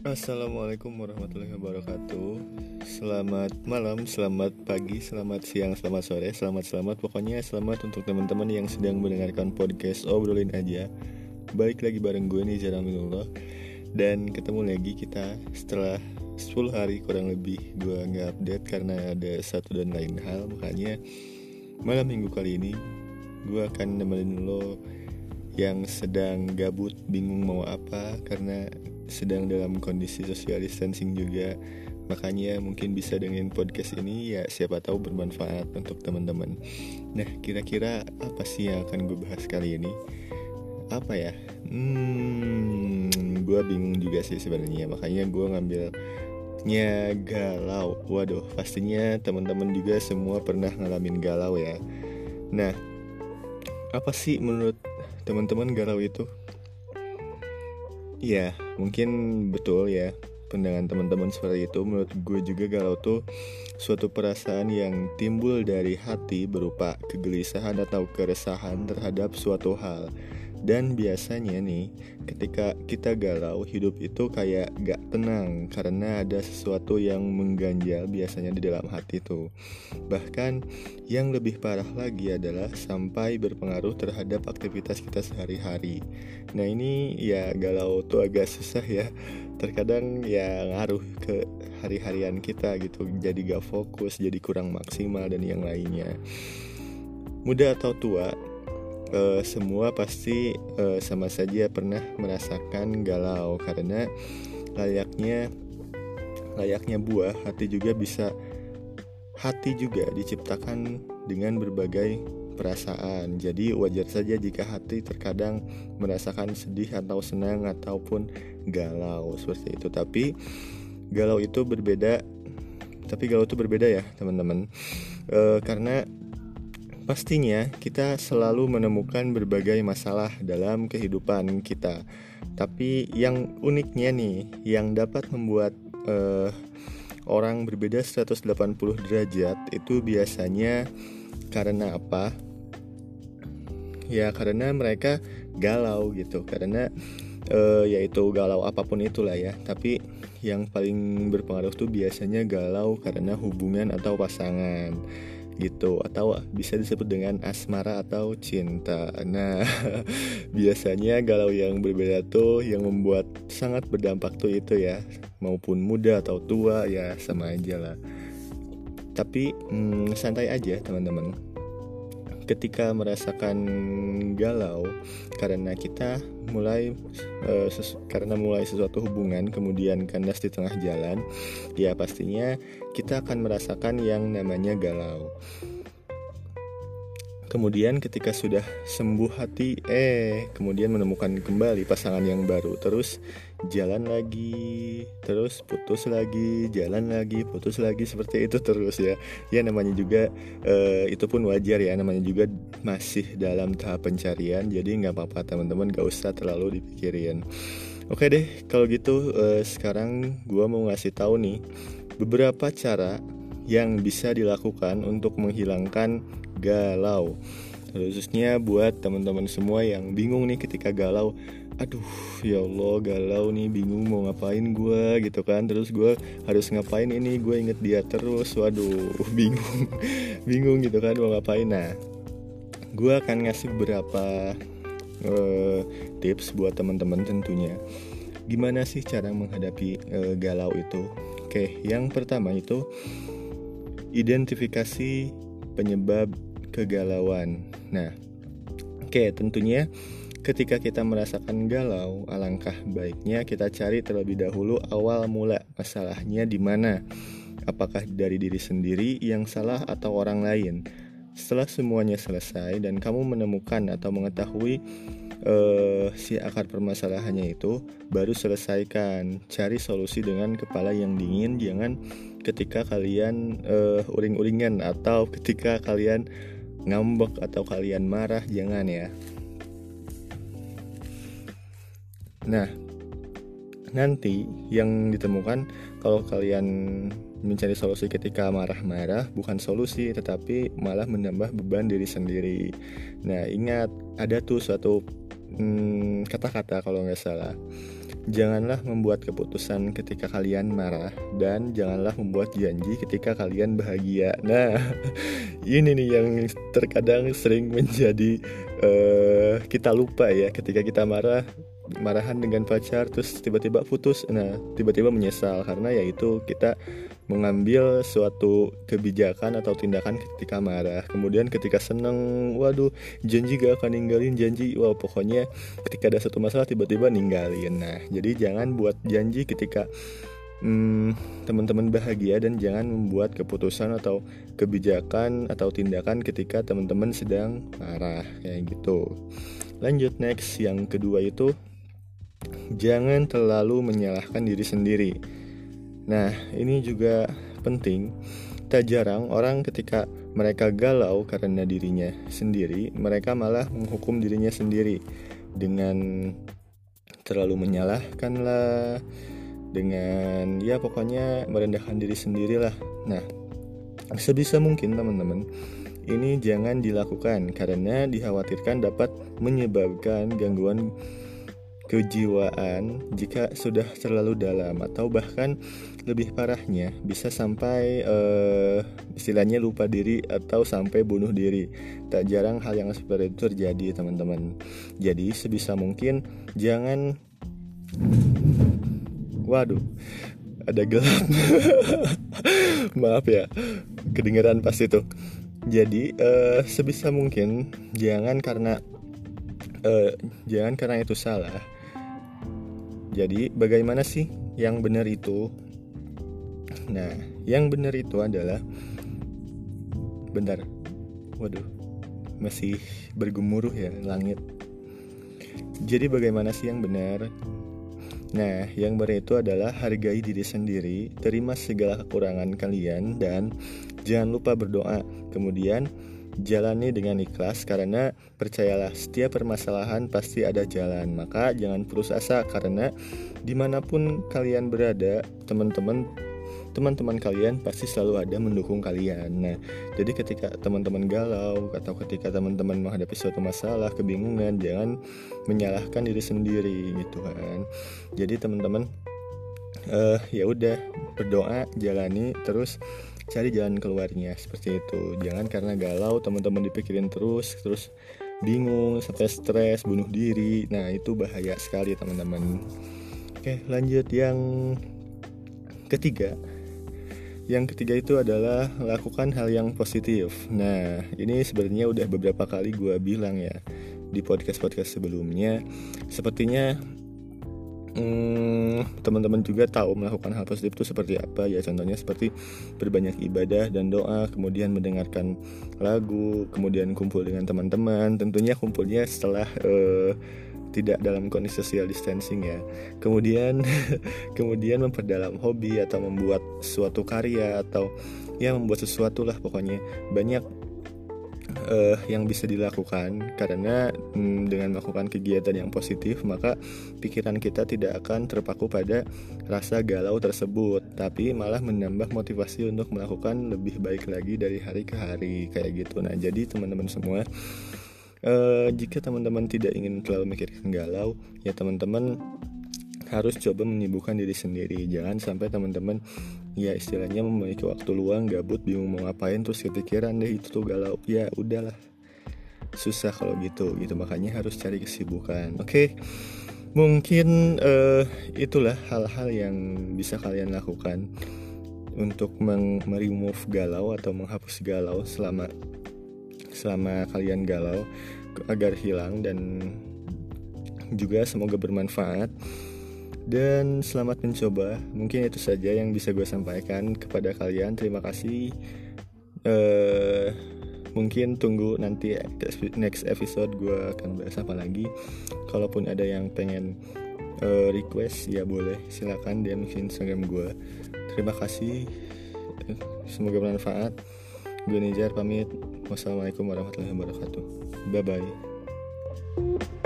Assalamualaikum warahmatullahi wabarakatuh. Selamat malam, selamat pagi, selamat siang, selamat sore, selamat pokoknya selamat untuk teman-teman yang sedang mendengarkan podcast Obrolin Aja. Balik lagi bareng gue nih Jaramilullah. Dan ketemu lagi kita setelah 10 hari kurang lebih gue gak update karena ada satu dan lain hal. Makanya malam minggu kali ini gue akan nemenin lo yang sedang gabut, bingung mau apa karena sedang dalam kondisi social distancing juga. Makanya mungkin bisa dengerin podcast ini, ya siapa tahu bermanfaat untuk teman-teman. Nah, kira-kira apa sih yang akan gue bahas kali ini? Apa ya? Gue bingung juga sih sebenarnya. Makanya gue ngambilnya galau. Waduh, pastinya teman-teman juga semua pernah ngalamin galau ya. Nah, apa sih menurut teman-teman galau itu? Ya, mungkin betul ya pandangan teman-teman seperti itu. Menurut gue juga galau tuh suatu perasaan yang timbul dari hati berupa kegelisahan atau keresahan terhadap suatu hal. Dan biasanya nih, ketika kita galau, hidup itu kayak gak tenang karena ada sesuatu yang mengganjal biasanya di dalam hati tuh. Bahkan yang lebih parah lagi adalah sampai berpengaruh terhadap aktivitas kita sehari-hari. Nah ini ya galau tuh agak susah ya. Terkadang ya ngaruh ke hari-harian kita gitu. Jadi gak fokus, jadi kurang maksimal dan yang lainnya. Muda atau tua, semua pasti sama saja pernah merasakan galau. Karena layaknya buah, hati juga diciptakan dengan berbagai perasaan. Jadi wajar saja jika hati terkadang merasakan sedih atau senang ataupun galau seperti itu. Tapi galau itu berbeda ya teman-teman. Karena pastinya kita selalu menemukan berbagai masalah dalam kehidupan kita. Tapi yang uniknya nih, yang dapat membuat orang berbeda 180 derajat itu biasanya karena apa? Ya karena mereka galau gitu. Karena yaitu galau apapun itulah ya. Tapi yang paling berpengaruh tuh biasanya galau karena hubungan atau pasangan gitu, atau bisa disebut dengan asmara atau cinta. Nah, biasanya galau yang berbeda tuh yang membuat sangat berdampak tuh itu ya, maupun muda atau tua ya sama aja lah. Tapi santai aja teman-teman. Ketika merasakan galau karena kita mulai sesuatu hubungan kemudian kandas di tengah jalan, ya pastinya kita akan merasakan yang namanya galau. Kemudian ketika sudah sembuh hati, kemudian menemukan kembali pasangan yang baru. Terus jalan lagi, terus putus lagi, jalan lagi, putus lagi, seperti itu terus ya. Ya namanya juga itu pun wajar ya, namanya juga masih dalam tahap pencarian. Jadi gak apa-apa teman-teman, gak usah terlalu dipikirin. Oke deh, kalau gitu sekarang gue mau ngasih tahu nih beberapa cara yang bisa dilakukan untuk menghilangkan galau. Khususnya buat teman-teman semua yang bingung nih ketika galau. Aduh ya Allah, galau nih, bingung mau ngapain gue gitu kan. Terus gue harus ngapain ini, gue inget dia terus. Waduh bingung gitu kan mau ngapain. Nah, gue akan ngasih beberapa tips buat teman-teman tentunya. Gimana sih cara menghadapi galau itu? Oke, yang pertama itu identifikasi penyebab kegalauan. Nah, tentunya ketika kita merasakan galau, alangkah baiknya kita cari terlebih dahulu awal mula masalahnya di mana. Apakah dari diri sendiri yang salah atau orang lain? Setelah semuanya selesai dan kamu menemukan atau mengetahui si akar permasalahannya itu, baru selesaikan. Cari solusi dengan kepala yang dingin. Jangan ketika kalian uring-uringan atau ketika kalian ngambek atau kalian marah, jangan ya. Nah, nanti yang ditemukan kalau kalian mencari solusi ketika marah-marah, bukan solusi tetapi malah menambah beban diri sendiri. Nah, ingat ada tuh suatu kata-kata kalau nggak salah, janganlah membuat keputusan ketika kalian marah, dan janganlah membuat janji ketika kalian bahagia. Nah, ini nih yang terkadang sering menjadi kita lupa ya, ketika kita marahan dengan pacar terus tiba-tiba putus. Nah, tiba-tiba menyesal karena yaitu kita mengambil suatu kebijakan atau tindakan ketika marah. Kemudian ketika seneng, waduh, janji gak akan ninggalin, janji, wah pokoknya ketika ada satu masalah tiba-tiba ninggalin. Nah, jadi jangan buat janji ketika teman-teman bahagia, dan jangan membuat keputusan atau kebijakan atau tindakan ketika teman-teman sedang marah, kayak gitu. Lanjut, next, yang kedua itu jangan terlalu menyalahkan diri sendiri. Nah, ini juga penting. Tak jarang orang ketika mereka galau karena dirinya sendiri, mereka malah menghukum dirinya sendiri dengan terlalu menyalahkan lah, dengan ya pokoknya merendahkan diri sendiri lah. Nah, sebisa mungkin teman-teman, ini jangan dilakukan karena dikhawatirkan dapat menyebabkan gangguan kejiwaan jika sudah terlalu dalam, atau bahkan lebih parahnya bisa sampai istilahnya lupa diri atau sampai bunuh diri. Tak jarang hal yang seperti itu terjadi, teman-teman. Jadi sebisa mungkin jangan, waduh, ada gelap. Maaf ya, kedengeran pas itu. Jadi sebisa mungkin jangan karena itu salah. Jadi bagaimana sih yang benar itu? Nah, yang benar itu adalah, bentar, waduh, masih bergemuruh ya langit. Jadi bagaimana sih yang benar? Nah, yang benar itu adalah hargai diri sendiri, terima segala kekurangan kalian, dan jangan lupa berdoa. Kemudian jalani dengan ikhlas, karena percayalah setiap permasalahan pasti ada jalan. Maka jangan putus asa, karena dimanapun kalian berada, teman-teman kalian pasti selalu ada mendukung kalian. Nah, jadi ketika teman-teman galau atau ketika teman-teman menghadapi suatu masalah, kebingungan, jangan menyalahkan diri sendiri gitu kan. Jadi teman-teman ya udah, berdoa, jalani, terus cari jalan keluarnya, seperti itu. Jangan karena galau teman-teman dipikirin terus bingung sampai stres, bunuh diri. Nah, itu bahaya sekali, teman-teman. Oke, lanjut yang ketiga. Yang ketiga itu adalah lakukan hal yang positif. Nah, ini sebenarnya udah beberapa kali gue bilang ya di podcast sebelumnya. Sepertinya teman-teman juga tahu melakukan hal positif itu seperti apa ya. Contohnya seperti berbanyak ibadah dan doa, kemudian mendengarkan lagu, kemudian kumpul dengan teman-teman. Tentunya kumpulnya setelah tidak dalam kondisi social distancing ya. Kemudian memperdalam hobi atau membuat suatu karya, atau ya membuat sesuatu lah, pokoknya banyak yang bisa dilakukan. Karena dengan melakukan kegiatan yang positif, maka pikiran kita tidak akan terpaku pada rasa galau tersebut, tapi malah menambah motivasi untuk melakukan lebih baik lagi dari hari ke hari, kayak gitu. Nah, jadi teman-teman semua, jika teman-teman tidak ingin terlalu mikirkan galau, ya teman-teman harus coba menyibukkan diri sendiri. Jangan sampai teman-teman ya istilahnya memiliki waktu luang, gabut, bingung mau ngapain, terus kepikiran deh itu tuh galau. Ya udahlah, susah kalau gitu. Makanya harus cari kesibukan. Oke. Mungkin itulah hal-hal yang bisa kalian lakukan untuk remove galau atau menghapus galau selama kalian galau, agar hilang, dan juga semoga bermanfaat. Dan selamat mencoba. Mungkin itu saja yang bisa gue sampaikan kepada kalian. Terima kasih. Mungkin tunggu nanti next episode gue akan bahas apa lagi. Kalaupun ada yang pengen request, ya boleh, silakan DM ke Instagram gue. Terima kasih. Semoga bermanfaat. Gue Nizar pamit. Wassalamualaikum warahmatullahi wabarakatuh. Bye bye.